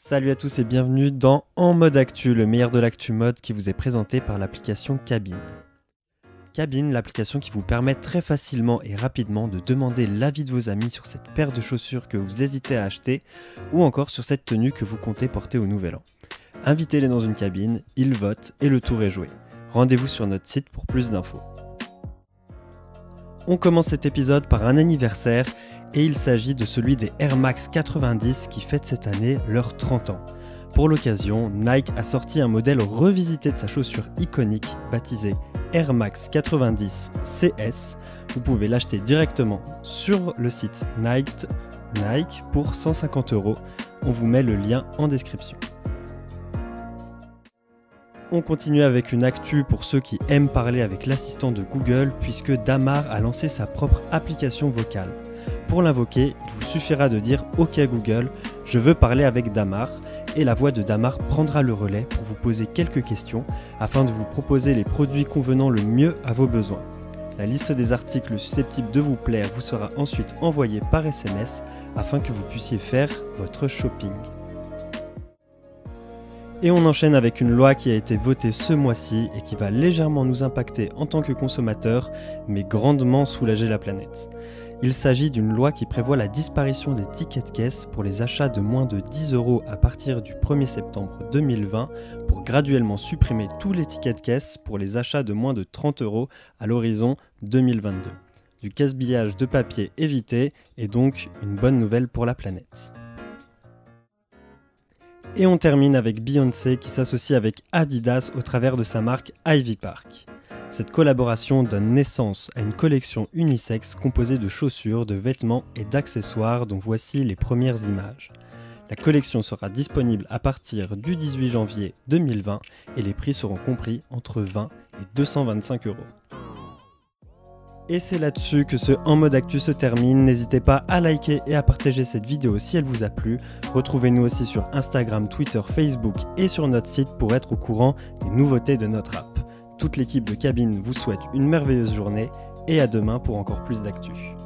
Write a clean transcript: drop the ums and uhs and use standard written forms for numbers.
Salut à tous et bienvenue dans En mode actu, le meilleur de l'actu mode qui vous est présenté par l'application Cabine. Cabine, l'application qui vous permet très facilement et rapidement de demander l'avis de vos amis sur cette paire de chaussures que vous hésitez à acheter ou encore sur cette tenue que vous comptez porter au Nouvel An. Invitez-les dans une cabine, ils votent et le tour est joué. Rendez-vous sur notre site pour plus d'infos. On commence cet épisode par un anniversaire et il s'agit de celui des Air Max 90 qui fêtent cette année leurs 30 ans. Pour l'occasion, Nike a sorti un modèle revisité de sa chaussure iconique baptisée Air Max 90 CS. Vous pouvez l'acheter directement sur le site Nike pour 150 €. On vous met le lien en description. On continue avec une actu pour ceux qui aiment parler avec l'assistant de Google puisque Damar a lancé sa propre application vocale. Pour l'invoquer, il vous suffira de dire « Ok Google, je veux parler avec Damar » et la voix de Damar prendra le relais pour vous poser quelques questions afin de vous proposer les produits convenant le mieux à vos besoins. La liste des articles susceptibles de vous plaire vous sera ensuite envoyée par SMS afin que vous puissiez faire votre shopping. Et on enchaîne avec une loi qui a été votée ce mois-ci et qui va légèrement nous impacter en tant que consommateurs, mais grandement soulager la planète. Il s'agit d'une loi qui prévoit la disparition des tickets de caisse pour les achats de moins de 10 € à partir du 1er septembre 2020 pour graduellement supprimer tous les tickets de caisse pour les achats de moins de 30 € à l'horizon 2022. Du casse-billage de papier évité et donc une bonne nouvelle pour la planète. Et on termine avec Beyoncé qui s'associe avec Adidas au travers de sa marque Ivy Park. Cette collaboration donne naissance à une collection unisexe composée de chaussures, de vêtements et d'accessoires dont voici les premières images. La collection sera disponible à partir du 18 janvier 2020 et les prix seront compris entre 20 et 225 €. Et c'est là-dessus que ce En mode actu se termine. N'hésitez pas à liker et à partager cette vidéo si elle vous a plu. Retrouvez-nous aussi sur Instagram, Twitter, Facebook et sur notre site pour être au courant des nouveautés de notre app. Toute l'équipe de Cabine vous souhaite une merveilleuse journée et à demain pour encore plus d'actu.